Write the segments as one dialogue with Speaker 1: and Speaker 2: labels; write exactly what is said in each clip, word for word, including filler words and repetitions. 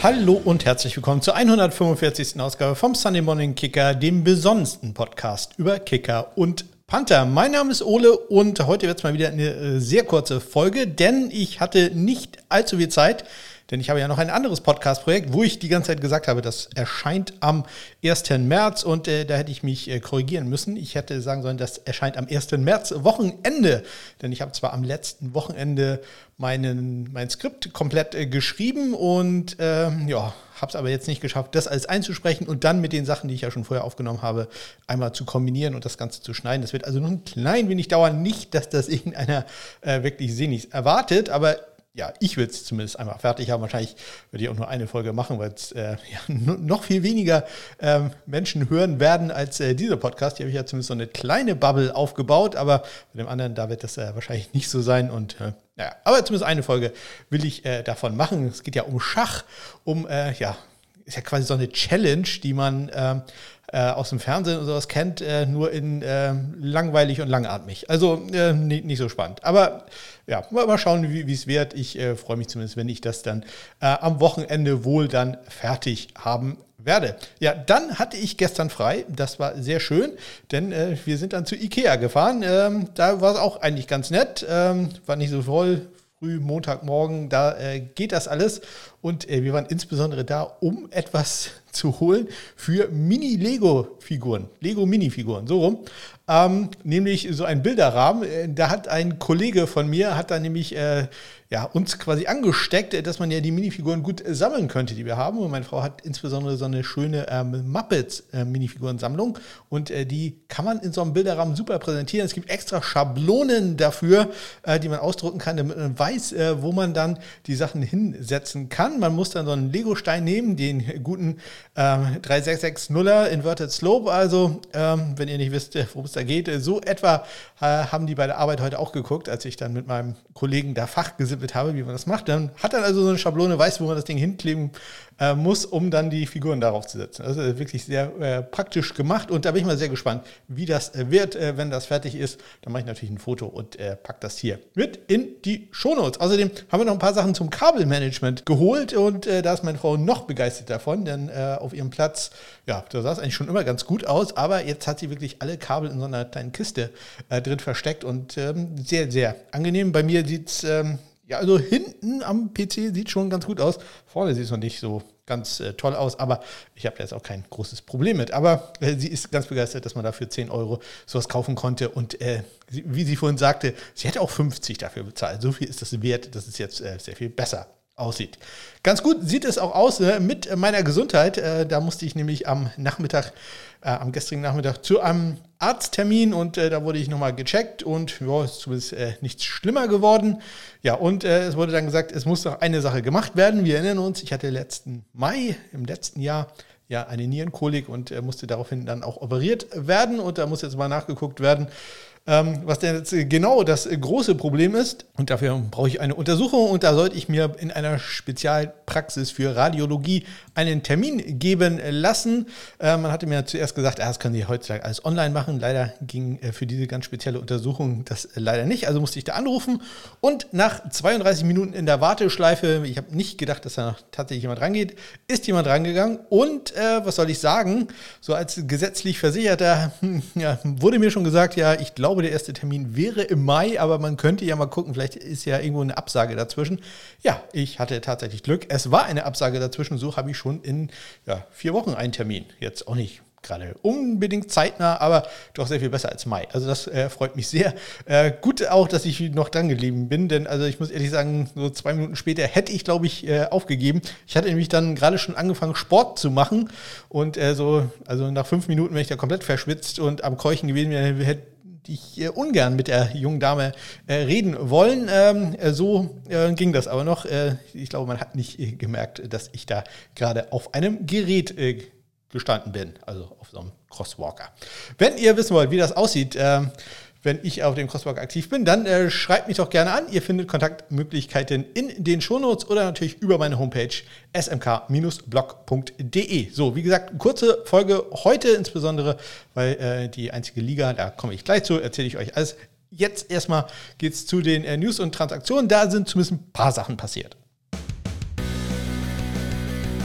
Speaker 1: Hallo und herzlich willkommen zur hundertfünfundvierzigsten Ausgabe vom Sunday Morning Kicker, dem besondersten Podcast über Kicker und Panther. Mein Name ist Ole und heute wird es mal wieder eine sehr kurze Folge, denn ich hatte nicht allzu viel Zeit, denn ich habe ja noch ein anderes Podcast-Projekt, wo ich die ganze Zeit gesagt habe, das erscheint am ersten März und äh, da hätte ich mich äh, korrigieren müssen. Ich hätte sagen sollen, das erscheint am ersten März Wochenende, denn ich habe zwar am letzten Wochenende meinen, mein Skript komplett äh, geschrieben und äh, ja, habe es aber jetzt nicht geschafft, das alles einzusprechen und dann mit den Sachen, die ich ja schon vorher aufgenommen habe, einmal zu kombinieren und das Ganze zu schneiden. Das wird also noch ein klein wenig dauern, nicht, dass das irgendeiner äh, wirklich sehnlichst erwartet, aber ja, ich will es zumindest einmal fertig haben. Wahrscheinlich werde ich auch nur eine Folge machen, weil es äh, ja, n- noch viel weniger ähm, Menschen hören werden als äh, dieser Podcast. Hier habe ich ja zumindest so eine kleine Bubble aufgebaut, aber bei dem anderen, da wird das äh, wahrscheinlich nicht so sein. Und äh, naja, aber zumindest eine Folge will ich äh, davon machen. Es geht ja um Schach, um, äh, ja, ist ja quasi so eine Challenge, die man ähm, äh, aus dem Fernsehen und sowas kennt, äh, nur in äh, langweilig und langatmig. Also äh, nicht, nicht so spannend. Aber ja, mal, mal schauen, wie es wird. Ich äh, freue mich zumindest, wenn ich das dann äh, am Wochenende wohl dann fertig haben werde. Ja, dann hatte ich gestern frei. Das war sehr schön, denn äh, wir sind dann zu Ikea gefahren. Ähm, da war es auch eigentlich ganz nett. Ähm, war nicht so voll. Früh, Montagmorgen, da äh, geht das alles. Und äh, wir waren insbesondere da, um etwas zu holen für Mini-Lego-Figuren, Lego-Mini-Figuren, so rum. Ähm, nämlich so ein Bilderrahmen. Äh, da hat ein Kollege von mir, hat da nämlich äh, ja, uns quasi angesteckt, dass man ja die Minifiguren gut äh, sammeln könnte, die wir haben. Und meine Frau hat insbesondere so eine schöne ähm, Muppets-Minifigurensammlung. Und äh, die kann man in so einem Bilderrahmen super präsentieren. Es gibt extra Schablonen dafür, äh, die man ausdrucken kann, damit man weiß, äh, wo man dann die Sachen hinsetzen kann. Man muss dann so einen Lego-Stein nehmen, den guten ähm, drei sechs sechs nuller Inverted Slope. Also, ähm, wenn ihr nicht wisst, worum es da geht, so etwa äh, haben die bei der Arbeit heute auch geguckt, als ich dann mit meinem Kollegen da fachgesippelt habe, wie man das macht. Dann hat er also so eine Schablone, weiß, wo man das Ding hinkleben äh, muss, um dann die Figuren darauf zu setzen. Also wirklich sehr äh, praktisch gemacht und da bin ich mal sehr gespannt, wie das äh, wird, äh, wenn das fertig ist. Dann mache ich natürlich ein Foto und äh, packe das hier mit in die Shownotes. Außerdem haben wir noch ein paar Sachen zum Kabelmanagement geholt und äh, da ist meine Frau noch begeistert davon, denn äh, auf ihrem Platz, ja, da sah es eigentlich schon immer ganz gut aus, aber jetzt hat sie wirklich alle Kabel in so einer kleinen Kiste äh, drin versteckt und ähm, sehr, sehr angenehm. Bei mir sieht es, ähm, ja, also hinten am P C sieht schon ganz gut aus. Vorne sieht es noch nicht so ganz äh, toll aus, aber ich habe da jetzt auch kein großes Problem mit. Aber äh, sie ist ganz begeistert, dass man dafür zehn Euro sowas kaufen konnte und äh, sie, wie sie vorhin sagte, sie hätte auch fünfzig dafür bezahlt. So viel ist das wert, dass es jetzt äh, sehr viel besser aussieht. Ganz gut sieht es auch aus äh, mit meiner Gesundheit. Äh, da musste ich nämlich am Nachmittag, äh, am gestrigen Nachmittag zu einem Arzttermin und äh, da wurde ich nochmal gecheckt und ja, ist zumindest äh, nichts schlimmer geworden. Ja, und äh, es wurde dann gesagt, es muss noch eine Sache gemacht werden. Wir erinnern uns, ich hatte letzten Mai, im letzten Jahr, ja, eine Nierenkolik und äh, musste daraufhin dann auch operiert werden und da muss jetzt mal nachgeguckt werden, Ähm, was denn jetzt genau das große Problem ist. Und dafür brauche ich eine Untersuchung und da sollte ich mir in einer Spezialpraxis für Radiologie einen Termin geben lassen. Äh, man hatte mir zuerst gesagt, ah, das können Sie heutzutage alles online machen. Leider ging äh, für diese ganz spezielle Untersuchung das äh, leider nicht. Also musste ich da anrufen und nach zweiunddreißig Minuten in der Warteschleife, ich habe nicht gedacht, dass da noch tatsächlich jemand rangeht, ist jemand rangegangen und äh, was soll ich sagen, so als gesetzlich Versicherter hm, ja, wurde mir schon gesagt, ja, ich glaube, der erste Termin wäre im Mai, aber man könnte ja mal gucken, vielleicht ist ja irgendwo eine Absage dazwischen. Ja, ich hatte tatsächlich Glück. Es war eine Absage dazwischen, so habe ich schon in ja, vier Wochen einen Termin. Jetzt auch nicht gerade unbedingt zeitnah, aber doch sehr viel besser als Mai. Also das äh, freut mich sehr. Äh, gut auch, dass ich noch dran geblieben bin, denn also ich muss ehrlich sagen, so zwei Minuten später hätte ich, glaube ich, äh, aufgegeben. Ich hatte nämlich dann gerade schon angefangen, Sport zu machen und äh, so, also nach fünf Minuten wäre ich da komplett verschwitzt und am Keuchen gewesen, hätte ich äh, ungern mit der jungen Dame äh, reden wollen. Ähm, äh, so äh, ging das aber noch. Äh, ich glaube, man hat nicht äh, gemerkt, dass ich da gerade auf einem Gerät äh, gestanden bin, also auf so einem Crosswalker. Wenn ihr wissen wollt, wie das aussieht, äh, wenn ich auf dem Crosswalk aktiv bin, dann äh, schreibt mich doch gerne an. Ihr findet Kontaktmöglichkeiten in den Shownotes oder natürlich über meine Homepage s m k blog punkt d e. So, wie gesagt, kurze Folge heute, insbesondere, weil äh, die einzige Liga, da komme ich gleich zu, erzähle ich euch alles. Jetzt erstmal geht es zu den äh, News und Transaktionen. Da sind zumindest ein paar Sachen passiert.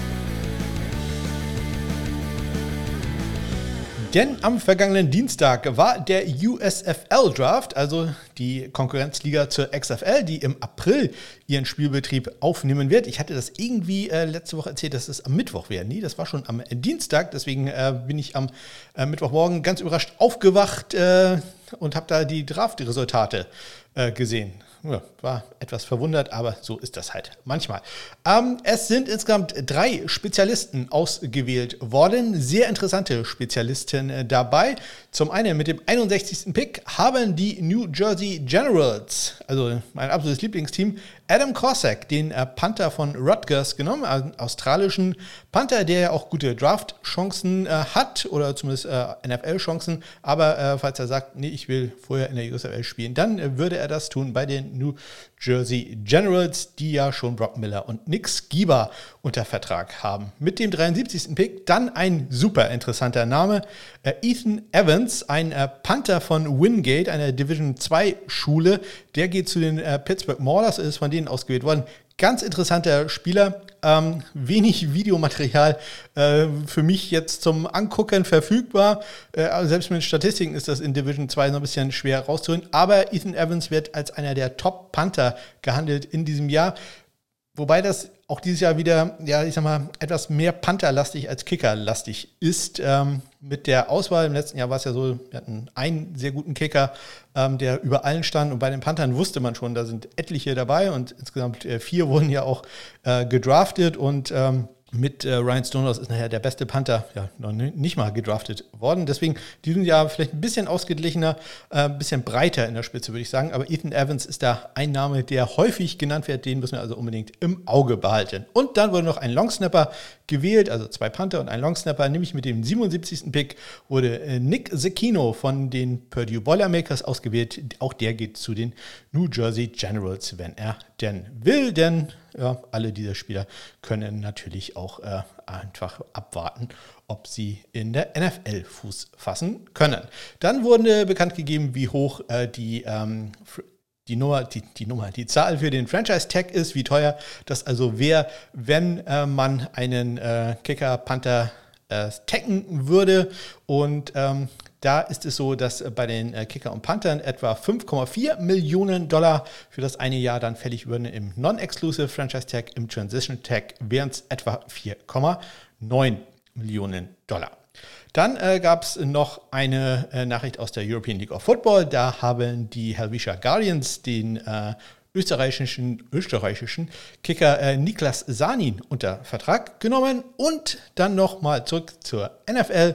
Speaker 1: Denn am vergangenen Dienstag war der U S F L Draft, also die Konkurrenzliga zur X F L, die im April ihren Spielbetrieb aufnehmen wird. Ich hatte das irgendwie äh, letzte Woche erzählt, dass es am Mittwoch wäre. Nee, das war schon am Dienstag, deswegen äh, bin ich am äh, Mittwochmorgen ganz überrascht aufgewacht äh, und habe da die Draft-Resultate äh, gesehen. Ja, war etwas verwundert, aber so ist das halt manchmal. Ähm, es sind insgesamt drei Spezialisten ausgewählt worden. Sehr interessante Spezialisten äh, dabei. Zum einen mit dem einundsechzigsten Pick haben die New Jersey Generals, also mein absolutes Lieblingsteam, Adam Corsack, den äh, Panther von Rutgers, genommen, einen australischen Panther, der ja auch gute Draft-Chancen äh, hat oder zumindest äh, N F L-Chancen. Aber äh, falls er sagt, nee, ich will vorher in der U S F L spielen, dann äh, würde er das tun bei den New Jersey Generals, die ja schon Brock Miller und Nick Skiba unter Vertrag haben. Mit dem dreiundsiebzigsten Pick dann ein super interessanter Name, äh, Ethan Evans, ein äh, Panther von Wingate, einer Division zwei Schule. Der geht zu den äh, Pittsburgh Maulers, ist von denen ausgewählt worden. Ganz interessanter Spieler, ähm, wenig Videomaterial äh, für mich jetzt zum Angucken verfügbar. Äh, selbst mit Statistiken ist das in Division zwei so ein bisschen schwer rauszuholen. Aber Ethan Evans wird als einer der Top-Panther gehandelt in diesem Jahr. Wobei das auch dieses Jahr wieder, ja, ich sag mal, etwas mehr Panther-lastig als Kicker-lastig ist. Ähm, mit der Auswahl im letzten Jahr war es ja so, wir hatten einen sehr guten Kicker, ähm, der über allen stand. Und bei den Panthern wusste man schon, da sind etliche dabei. Und insgesamt äh, vier wurden ja auch äh, gedraftet. Und ähm, mit äh, Ryan Stonehouse ist nachher der beste Panther ja noch nicht mal gedraftet worden. Deswegen diesem Jahr vielleicht ein bisschen ausgeglichener, äh, ein bisschen breiter in der Spitze, würde ich sagen. Aber Ethan Evans ist da ein Name, der häufig genannt wird. Den müssen wir also unbedingt im Auge behalten. Und dann wurde noch ein Longsnapper gewählt, also zwei Panther und ein Longsnapper. Nämlich mit dem siebenundsiebzigsten Pick wurde äh, Nick Zecchino von den Purdue Boilermakers ausgewählt. Auch der geht zu den New Jersey Generals, wenn er denn will. Denn ja, alle dieser Spieler können natürlich auch äh, einfach abwarten, ob sie in der N F L Fuß fassen können. Dann wurde bekannt gegeben, wie hoch äh, die, ähm, die, Nummer, die, die Nummer, die Zahl für den Franchise-Tag ist, wie teuer das also wäre, wenn äh, man einen äh, Kicker-Panther äh, taggen würde. Und ähm, da ist es so, dass bei den Kicker und Panthern etwa fünf Komma vier Millionen Dollar für das eine Jahr dann fällig würden im Non-Exclusive Franchise Tag, im Transition Tag wären es etwa vier Komma neun Millionen Dollar. Dann äh, gab es noch eine äh, Nachricht aus der European League of Football. Da haben die Helvetia Guardians den äh, österreichischen, österreichischen Kicker äh, Niklas Sanin unter Vertrag genommen. Und dann nochmal zurück zur N F L.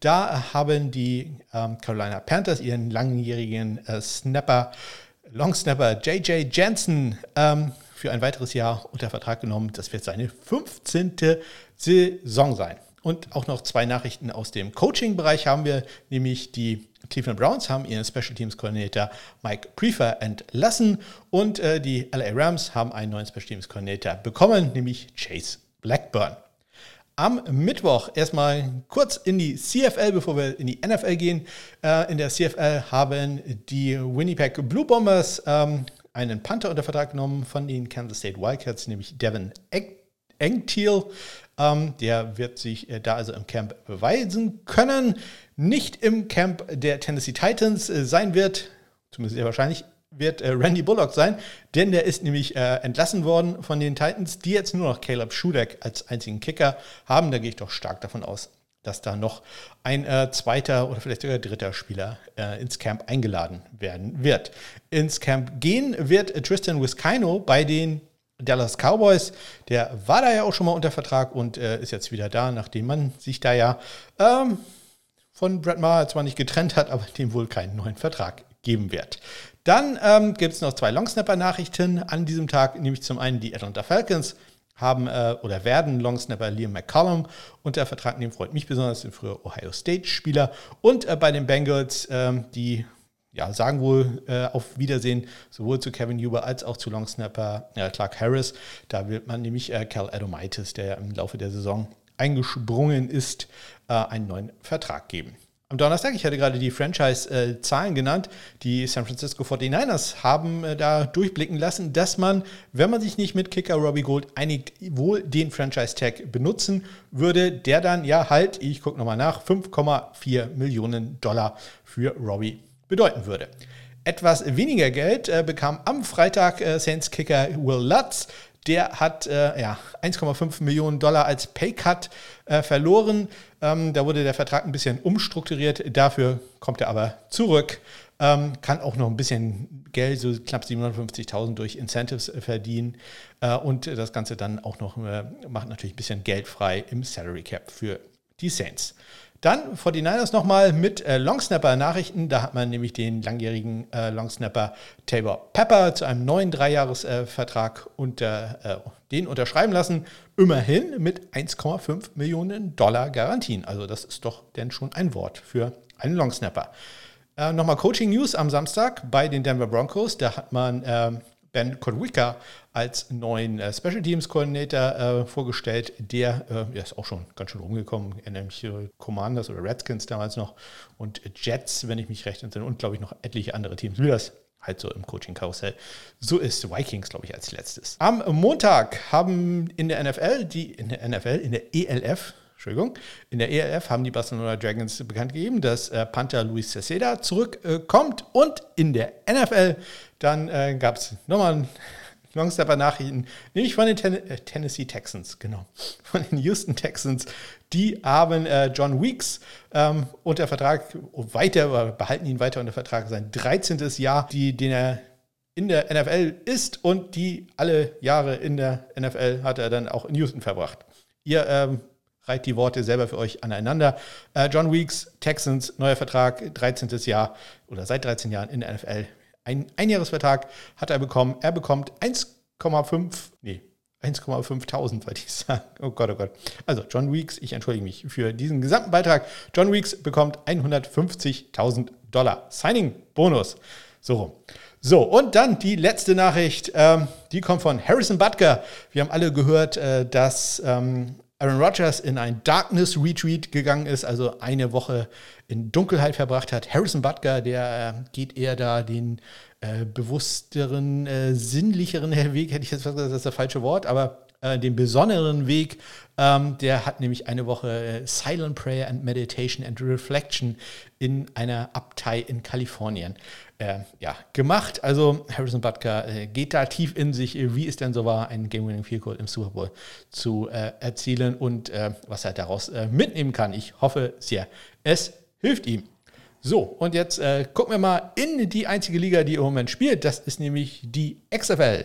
Speaker 1: Da haben die ähm, Carolina Panthers ihren langjährigen äh, Snapper, Longsnapper J J Jensen ähm, für ein weiteres Jahr unter Vertrag genommen. Das wird seine fünfzehnte Saison sein. Und auch noch zwei Nachrichten aus dem Coaching-Bereich haben wir, nämlich die Cleveland Browns haben ihren Special Teams Coordinator Mike Prefer entlassen und äh, die L A Rams haben einen neuen Special Teams Coordinator bekommen, nämlich Chase Blackburn. Am Mittwoch erstmal kurz in die C F L, bevor wir in die N F L gehen. Äh, in der C F L haben die Winnipeg Blue Bombers ähm, einen Panther unter Vertrag genommen von den Kansas State Wildcats, nämlich Devin Engtiel. Ähm, der wird sich äh, da also im Camp beweisen können. Nicht im Camp der Tennessee Titans äh, sein wird, zumindest sehr wahrscheinlich, wird äh, Randy Bullock sein, denn der ist nämlich äh, entlassen worden von den Titans, die jetzt nur noch Caleb Shudak als einzigen Kicker haben. Da gehe ich doch stark davon aus, dass da noch ein äh, zweiter oder vielleicht sogar dritter Spieler äh, ins Camp eingeladen werden wird. Ins Camp gehen wird äh, Tristan Vizcaino bei den Dallas Cowboys. Der war da ja auch schon mal unter Vertrag und äh, ist jetzt wieder da, nachdem man sich da ja ähm, von Brett Maher zwar nicht getrennt hat, aber dem wohl keinen neuen Vertrag geben wird. Dann ähm, gibt es noch zwei Longsnapper-Nachrichten an diesem Tag, nämlich zum einen die Atlanta Falcons haben äh, oder werden Longsnapper Liam McCollum unter Vertrag nehmen, freut mich besonders, den früher Ohio State-Spieler. Und äh, bei den Bengals, ähm, die ja, sagen wohl äh, auf Wiedersehen sowohl zu Kevin Huber als auch zu Longsnapper äh, Clark Harris. Da wird man nämlich äh, Cal Adomaitis, der ja im Laufe der Saison eingesprungen ist, äh, einen neuen Vertrag geben. Am Donnerstag, ich hatte gerade die Franchise-Zahlen genannt, die San Francisco forty-niners haben äh, da durchblicken lassen, dass man, wenn man sich nicht mit Kicker Robbie Gould einigt, wohl den Franchise-Tag benutzen würde, der dann ja halt, ich gucke nochmal nach, fünf Komma vier Millionen Dollar für Robbie bedeuten würde. Etwas weniger Geld äh, bekam am Freitag äh, Saints-Kicker Will Lutz. Der hat äh, ja, eins Komma fünf Millionen Dollar als Paycut äh, verloren. Ähm, da wurde der Vertrag ein bisschen umstrukturiert. Dafür kommt er aber zurück. Ähm, kann auch noch ein bisschen Geld, so knapp siebenhundertfünfzigtausend durch Incentives äh, verdienen. Äh, und das Ganze dann auch noch, äh, macht natürlich ein bisschen Geld frei im Salary Cap für die Saints. Dann forty-niners nochmal mit äh, Longsnapper-Nachrichten. Da hat man nämlich den langjährigen äh, Longsnapper Tabor Pepper zu einem neuen Dreijahresvertrag äh, unter, äh, den unterschreiben lassen. Immerhin mit eins Komma fünf Millionen Dollar Garantien. Also das ist doch denn schon ein Wort für einen Longsnapper. Äh, nochmal Coaching-News am Samstag bei den Denver Broncos. Da hat man äh, Ben Kodwika als neuen äh, Special Teams Coordinator äh, vorgestellt. Der, äh, der ist auch schon ganz schön rumgekommen. Er nämlich äh, Commanders oder Redskins damals noch und Jets, wenn ich mich recht entsinne, und glaube ich noch etliche andere Teams, wie das halt so im Coaching-Karussell. So ist Vikings, glaube ich, als letztes. Am Montag haben in der N F L, die in der N F L, in der E L F, Entschuldigung, in der E L F haben die Barcelona Dragons bekannt gegeben, dass äh, Panther Luis Ceseda zurückkommt. Äh, und in der N F L dann äh, gab es nochmal ein Longsnapper-Nachrichten, nämlich von den Ten- äh, Tennessee Texans, genau, von den Houston Texans. Die haben äh, John Weeks ähm, unter Vertrag weiter, behalten ihn weiter unter Vertrag, sein dreizehntes Jahr, die, den er in der N F L ist und die alle Jahre in der N F L hat er dann auch in Houston verbracht. Ihr ähm, reiht die Worte selber für euch aneinander. Äh, John Weeks, Texans, neuer Vertrag, dreizehntes Jahr oder seit dreizehn Jahren in der N F L. Ein Einjahresvertrag hat er bekommen. Er bekommt eins Komma fünf, nee, eins Komma fünftausend, wollte ich sagen. Oh Gott, oh Gott. Also John Weeks, ich entschuldige mich für diesen gesamten Beitrag. John Weeks bekommt hundertfünfzigtausend Dollar Signing-Bonus. So rum. So, und dann die letzte Nachricht, ähm, die kommt von Harrison Butker. Wir haben alle gehört, äh, dass ähm, Aaron Rodgers in ein Darkness Retreat gegangen ist, also eine Woche in Dunkelheit verbracht hat. Harrison Butker, der äh, geht eher da den äh, bewussteren, äh, sinnlicheren Weg, hätte ich jetzt fast gesagt, das ist das falsche Wort, aber äh, den besonderen Weg. Ähm, der hat nämlich eine Woche äh, Silent Prayer and Meditation and Reflection in einer Abtei in Kalifornien äh, ja, gemacht. Also Harrison Butker äh, geht da tief in sich, wie es denn so war, einen Game-Winning Field Goal im Super Bowl zu äh, erzielen und äh, was er daraus äh, mitnehmen kann. Ich hoffe sehr, es hilft ihm. So, und jetzt äh, gucken wir mal in die einzige Liga, die im Moment spielt. Das ist nämlich die X F L.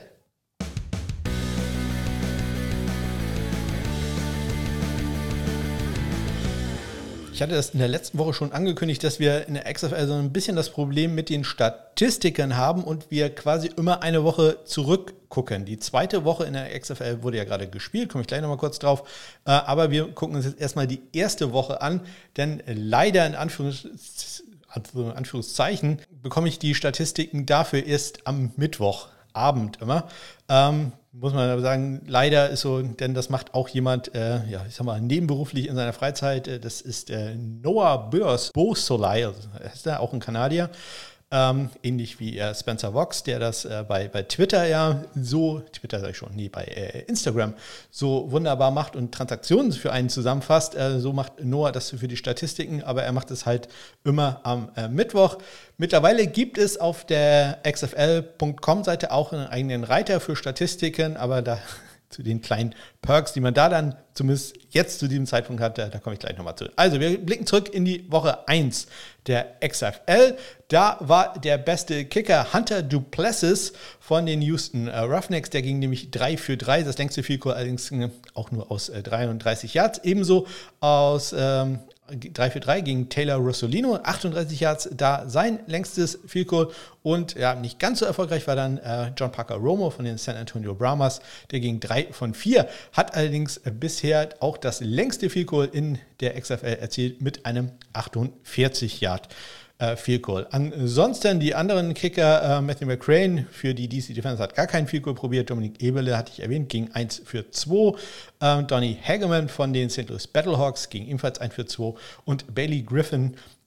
Speaker 1: Ich hatte das in der letzten Woche schon angekündigt, dass wir in der X F L so ein bisschen das Problem mit den Statistiken haben und wir quasi immer eine Woche zurückgucken. Die zweite Woche in der X F L wurde ja gerade gespielt, komme ich gleich nochmal kurz drauf. Aber wir gucken uns jetzt erstmal die erste Woche an, denn leider in Anführungs- Anführungszeichen bekomme ich die Statistiken dafür erst am Mittwochabend immer. Ähm, muss man aber sagen, leider ist so, denn das macht auch jemand, äh, ja, ich sag mal, nebenberuflich in seiner Freizeit. Äh, das ist äh, Noah Börs Beausoleil, also ist er auch ein Kanadier. Ähm, ähnlich wie äh, Spencer Vox, der das äh, bei, bei Twitter ja so, Twitter sag ich schon, nee, bei äh, Instagram so wunderbar macht und Transaktionen für einen zusammenfasst. Äh, so macht Noah das für die Statistiken, aber er macht es halt immer am äh, Mittwoch. Mittlerweile gibt es auf der X F L Punkt com Seite auch einen eigenen Reiter für Statistiken, aber da zu den kleinen Perks, die man da dann zumindest jetzt zu diesem Zeitpunkt hat, da, da komme ich gleich nochmal zu. Also wir blicken zurück in die Woche eins der X F L. Da war der beste Kicker Hunter Duplessis von den Houston äh, Roughnecks. Der ging nämlich drei für drei, das längste Field Goal allerdings äh, auch nur aus äh, dreiunddreißig Yards. Ebenso aus ähm, drei für drei gegen Taylor Rossolino, achtunddreißig Yards, da sein längstes Field Goal. Und ja, nicht ganz so erfolgreich war dann äh, John Parker Romo von den San Antonio Brahmas. Der ging drei von vier, hat allerdings äh, bisher auch das längste Field Goal in der X F L erzielt mit einem achtundvierzig Yard äh, Field Goal. Ansonsten die anderen Kicker, äh, Matthew McCrane für die D C Defenders hat gar keinen Field Goal probiert. Dominik Eberle hatte ich erwähnt, ging eins für zwei. Ähm, Donnie Hageman von den Saint Louis Battlehawks ging ebenfalls eins für zwei. Und Bailey Griffin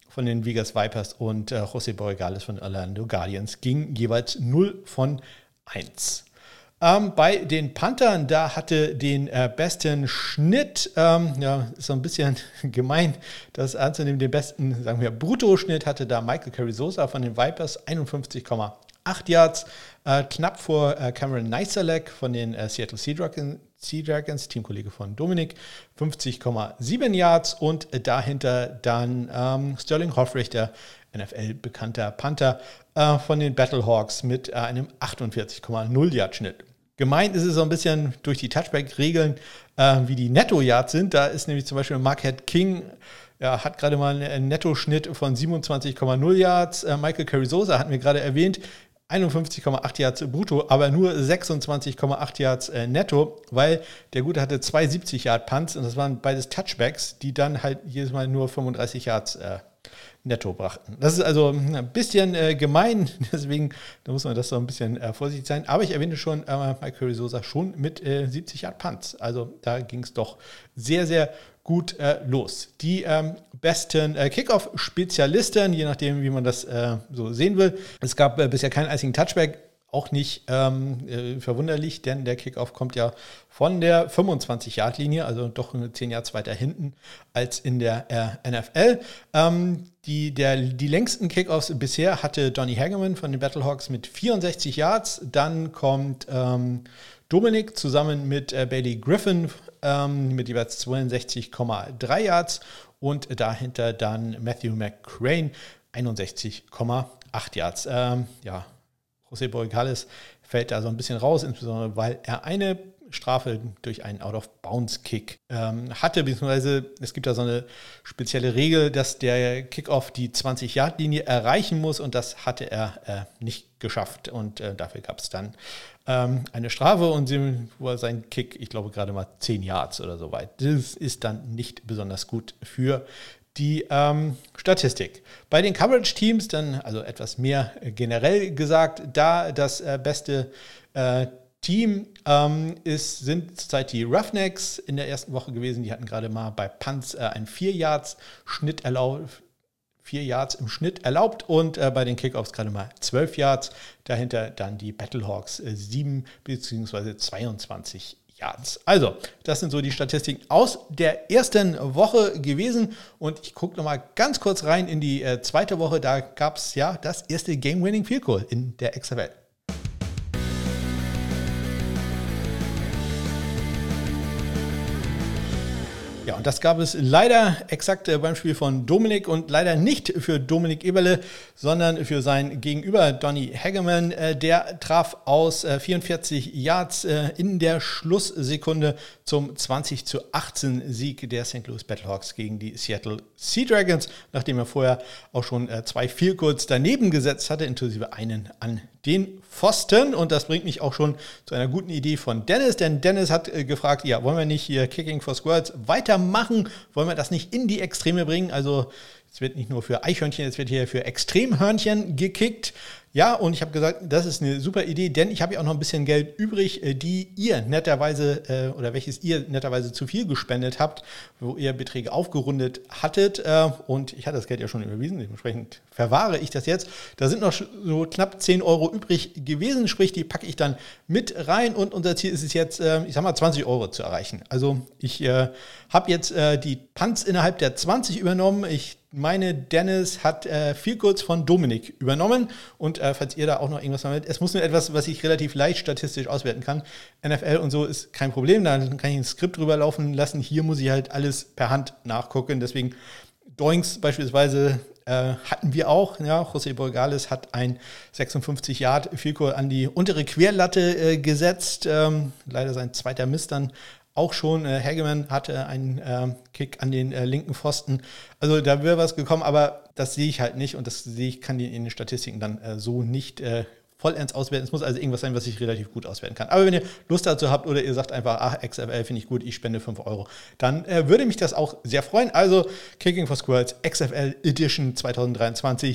Speaker 1: von den Vegas Vipers und äh, José Borregales von Orlando Guardians ging jeweils null von eins. Ähm, bei den Panthern, da hatte den äh, besten Schnitt, ähm, ja, ist so ein bisschen gemein, das anzunehmen, den besten, sagen wir, Bruttoschnitt hatte da Michael Carrizosa von den Vipers, einundfünfzig Komma acht Yards, äh, knapp vor äh, Cameron Neiselek von den äh, Seattle Sea Dragons, Sea Dragons, Teamkollege von Dominik, fünfzig Komma sieben Yards und äh, dahinter dann ähm, Sterling Hoffrich, der N F L-bekannter Panther äh, von den Battlehawks mit äh, einem achtundvierzig Komma null Yard Schnitt. Gemeint ist es so ein bisschen durch die Touchback-Regeln, äh, wie die Netto-Yards sind. Da ist nämlich zum Beispiel Marquette King, ja, hat gerade mal einen Nettoschnitt von siebenundzwanzig Komma null Yards. Äh, Michael Carrizosa hatten wir gerade erwähnt, einundfünfzig Komma acht Yards brutto, aber nur sechsundzwanzig Komma acht Yards äh, netto, weil der Gute hatte zwei siebzig Yard Punts und das waren beides Touchbacks, die dann halt jedes Mal nur fünfunddreißig Yards äh, netto brachten. Das ist also ein bisschen äh, gemein, deswegen da muss man das so ein bisschen äh, vorsichtig sein. Aber ich erwähnte schon, äh, Michael Carrizosa schon mit äh, siebzig Yard Punts. Also da ging es doch sehr, sehr gut äh, los. Die ähm, besten äh, Kickoff-Spezialisten, je nachdem, wie man das äh, so sehen will. Es gab äh, bisher keinen einzigen Touchback. Auch nicht ähm, äh, verwunderlich, denn der Kickoff kommt ja von der fünfundzwanzig Yard Linie, also doch zehn Yards weiter hinten als in der äh, N F L. Ähm, die, der, die längsten Kickoffs bisher hatte Donnie Hageman von den Battlehawks mit vierundsechzig Yards. Dann kommt ähm, Dominik zusammen mit äh, Bailey Griffin ähm, mit jeweils zweiundsechzig Komma drei Yards und dahinter dann Matthew McCrane einundsechzig Komma acht Yards. Ähm, ja, José Borregales fällt da so ein bisschen raus, insbesondere weil er eine Strafe durch einen Out-of-Bounds-Kick ähm, hatte, beziehungsweise es gibt da so eine spezielle Regel, dass der Kickoff die zwanzig Yard Linie erreichen muss und das hatte er äh, nicht geschafft und äh, dafür gab es dann ähm, eine Strafe und sie, wo er sein Kick, ich glaube gerade mal zehn Yards oder so weit. Das ist dann nicht besonders gut für die ähm, Statistik. Bei den Coverage-Teams dann, also etwas mehr äh, generell gesagt, da das äh, beste äh, Team ähm, ist, sind zurzeit die Roughnecks in der ersten Woche gewesen. Die hatten gerade mal bei Punts äh, einen vier Yards Schnitt erlaubt, vier Yards im Schnitt erlaubt und äh, bei den Kickoffs gerade mal zwölf Yards. Dahinter dann die Battlehawks äh, sieben bzw. zweiundzwanzig Yards. Also, das sind so die Statistiken aus der ersten Woche gewesen und ich gucke nochmal ganz kurz rein in die äh, zweite Woche. Da gab es ja das erste Game-Winning Field Goal in der X F L. Ja, und das gab es leider exakt beim Spiel von Dominik und leider nicht für Dominik Eberle, sondern für sein Gegenüber Donnie Hageman. Der traf aus vierundvierzig Yards in der Schlusssekunde zum zwanzig zu achtzehn Sieg der Saint Louis Battlehawks gegen die Seattle Sea Dragons, nachdem er vorher auch schon zwei Field Goals daneben gesetzt hatte, inklusive einen an den Pfosten. Und das bringt mich auch schon zu einer guten Idee von Dennis, denn Dennis hat äh, gefragt, ja, wollen wir nicht hier Kicking for Squirrels weitermachen? Wollen wir das nicht in die Extreme bringen? Also es wird nicht nur für Eichhörnchen, es wird hier für Extremhörnchen gekickt. Ja, und ich habe gesagt, das ist eine super Idee, denn ich habe ja auch noch ein bisschen Geld übrig, die ihr netterweise äh, oder welches ihr netterweise zu viel gespendet habt, wo ihr Beträge aufgerundet hattet. Äh, und ich hatte das Geld ja schon überwiesen, dementsprechend verwahre ich das jetzt. Da sind noch so knapp zehn Euro übrig gewesen, sprich, die packe ich dann mit rein und unser Ziel ist es jetzt, äh, ich sag mal, zwanzig Euro zu erreichen. Also ich äh, habe jetzt äh, die Punts innerhalb der zwanzig übernommen. Ich meine, Dennis hat äh, viel kurz von Dominik übernommen und äh, falls ihr da auch noch irgendwas damit, es muss nur etwas, was ich relativ leicht statistisch auswerten kann. N F L und so ist kein Problem, da kann ich ein Skript drüber laufen lassen. Hier muss ich halt alles per Hand nachgucken, deswegen Doinks beispielsweise äh, hatten wir auch. Ja, José Borregales hat ein sechsundfünfzig Yard Field Goal an die untere Querlatte äh, gesetzt. Ähm, leider sein zweiter Miss dann auch schon. Äh, Hageman hatte einen äh, Kick an den äh, linken Pfosten. Also da wäre was gekommen, aber das sehe ich halt nicht und das sehe ich, kann die in den Statistiken dann äh, so nicht äh, vollends auswerten. Es muss also irgendwas sein, was ich relativ gut auswerten kann. Aber wenn ihr Lust dazu habt oder ihr sagt einfach, ach, X F L finde ich gut, ich spende fünf Euro, dann äh, würde mich das auch sehr freuen. Also Kicking for Squirrels X F L Edition zwanzig dreiundzwanzig.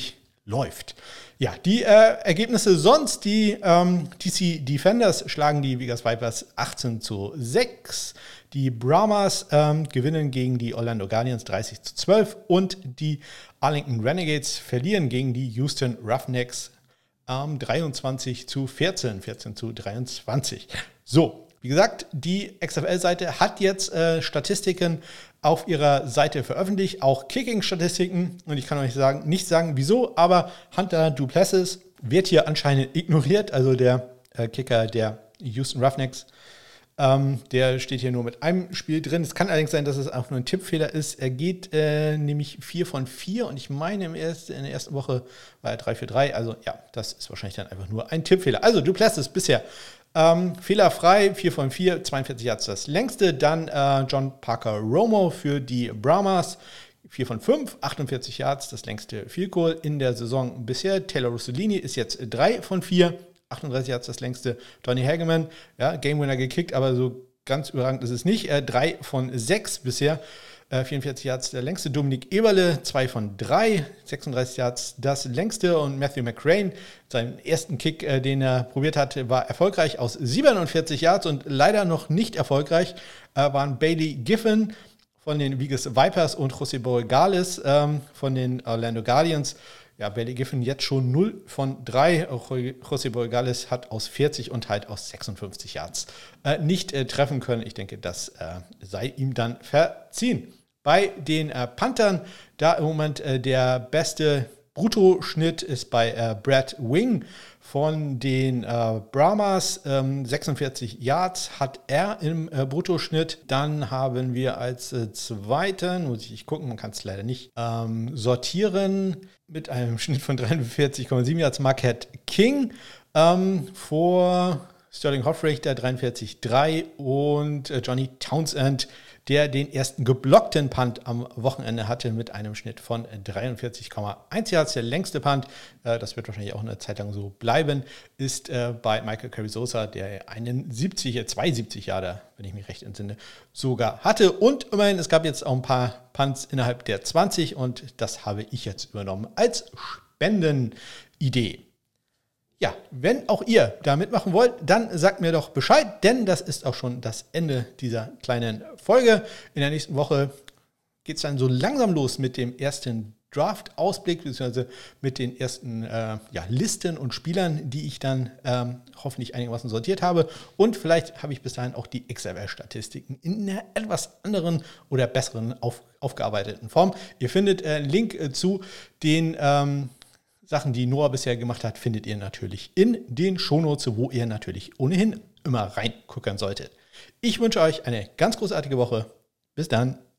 Speaker 1: läuft. Ja, die äh, Ergebnisse sonst, die ähm, D C Defenders schlagen die Vegas Vipers achtzehn zu sechs, die Brahmas ähm, gewinnen gegen die Orlando Guardians dreißig zu zwölf und die Arlington Renegades verlieren gegen die Houston Roughnecks ähm, dreiundzwanzig zu vierzehn, vierzehn zu dreiundzwanzig. So, wie gesagt, die X F L-Seite hat jetzt äh, Statistiken auf ihrer Seite veröffentlicht, auch Kicking-Statistiken. Und ich kann euch sagen, nicht sagen, wieso, aber Hunter Duplessis wird hier anscheinend ignoriert, also der äh, Kicker der Houston Roughnecks. Ähm, der steht hier nur mit einem Spiel drin. Es kann allerdings sein, dass es auch nur ein Tippfehler ist. Er geht äh, nämlich vier von vier und ich meine, im ersten, in der ersten Woche war er drei für drei. Also ja, das ist wahrscheinlich dann einfach nur ein Tippfehler. Also Duplessis bisher Ähm, fehlerfrei, vier von vier, zweiundvierzig Yards das längste. Dann äh, John Parker Romo für die Brahmas, vier von fünf, achtundvierzig Yards, das längste Field Goal in der Saison bisher. Taylor Russellini ist jetzt drei von vier, achtunddreißig Yards das längste. Donny Hageman, ja, Game Winner gekickt, aber so ganz überragend ist es nicht. Äh, drei von sechs bisher. vierundvierzig Yards der längste. Dominik Eberle, zwei von drei, sechsunddreißig Yards das längste. Und Matthew McRae, seinen ersten Kick, äh, den er probiert hatte, war erfolgreich aus siebenundvierzig Yards und leider noch nicht erfolgreich äh, waren Bailey Giffen von den Vegas Vipers und José Borregales ähm, von den Orlando Guardians. Ja, Bailey Giffen jetzt schon null von drei. José Borregales hat aus vierzig und halt aus sechsundfünfzig Yards äh, nicht äh, treffen können. Ich denke, das äh, sei ihm dann verziehen. Bei den äh, Panthern, da im Moment äh, der beste Bruttoschnitt ist bei äh, Brad Wing von den äh, Brahmas. Ähm, sechsundvierzig Yards hat er im äh, Bruttoschnitt. Dann haben wir als äh, zweiten, muss ich gucken, man kann es leider nicht ähm, sortieren, mit einem Schnitt von dreiundvierzig Komma sieben Yards Marquette King ähm, vor Sterling Hoffrich, der dreiundvierzig Komma drei und äh, Johnny Townsend, der den ersten geblockten Punt am Wochenende hatte mit einem Schnitt von dreiundvierzig Komma eins Yards. Der längste Punt, äh, das wird wahrscheinlich auch eine Zeit lang so bleiben, ist äh, bei Michael Carrizosa, der einen siebzig, zweiundsiebzig Yarder, wenn ich mich recht entsinne, sogar hatte. Und immerhin, es gab jetzt auch ein paar Punts innerhalb der zwanzig und das habe ich jetzt übernommen als Spendenidee. Ja, wenn auch ihr da mitmachen wollt, dann sagt mir doch Bescheid, denn das ist auch schon das Ende dieser kleinen Folge. In der nächsten Woche geht es dann so langsam los mit dem ersten Draft-Ausblick, beziehungsweise mit den ersten äh, ja, Listen und Spielern, die ich dann ähm, hoffentlich einigermaßen sortiert habe. Und vielleicht habe ich bis dahin auch die X F L-Statistiken in einer etwas anderen oder besseren auf, aufgearbeiteten Form. Ihr findet äh, einen Link äh, zu den ähm, Sachen, die Noah bisher gemacht hat, findet ihr natürlich in den Shownotes, wo ihr natürlich ohnehin immer reingucken solltet. Ich wünsche euch eine ganz großartige Woche. Bis dann.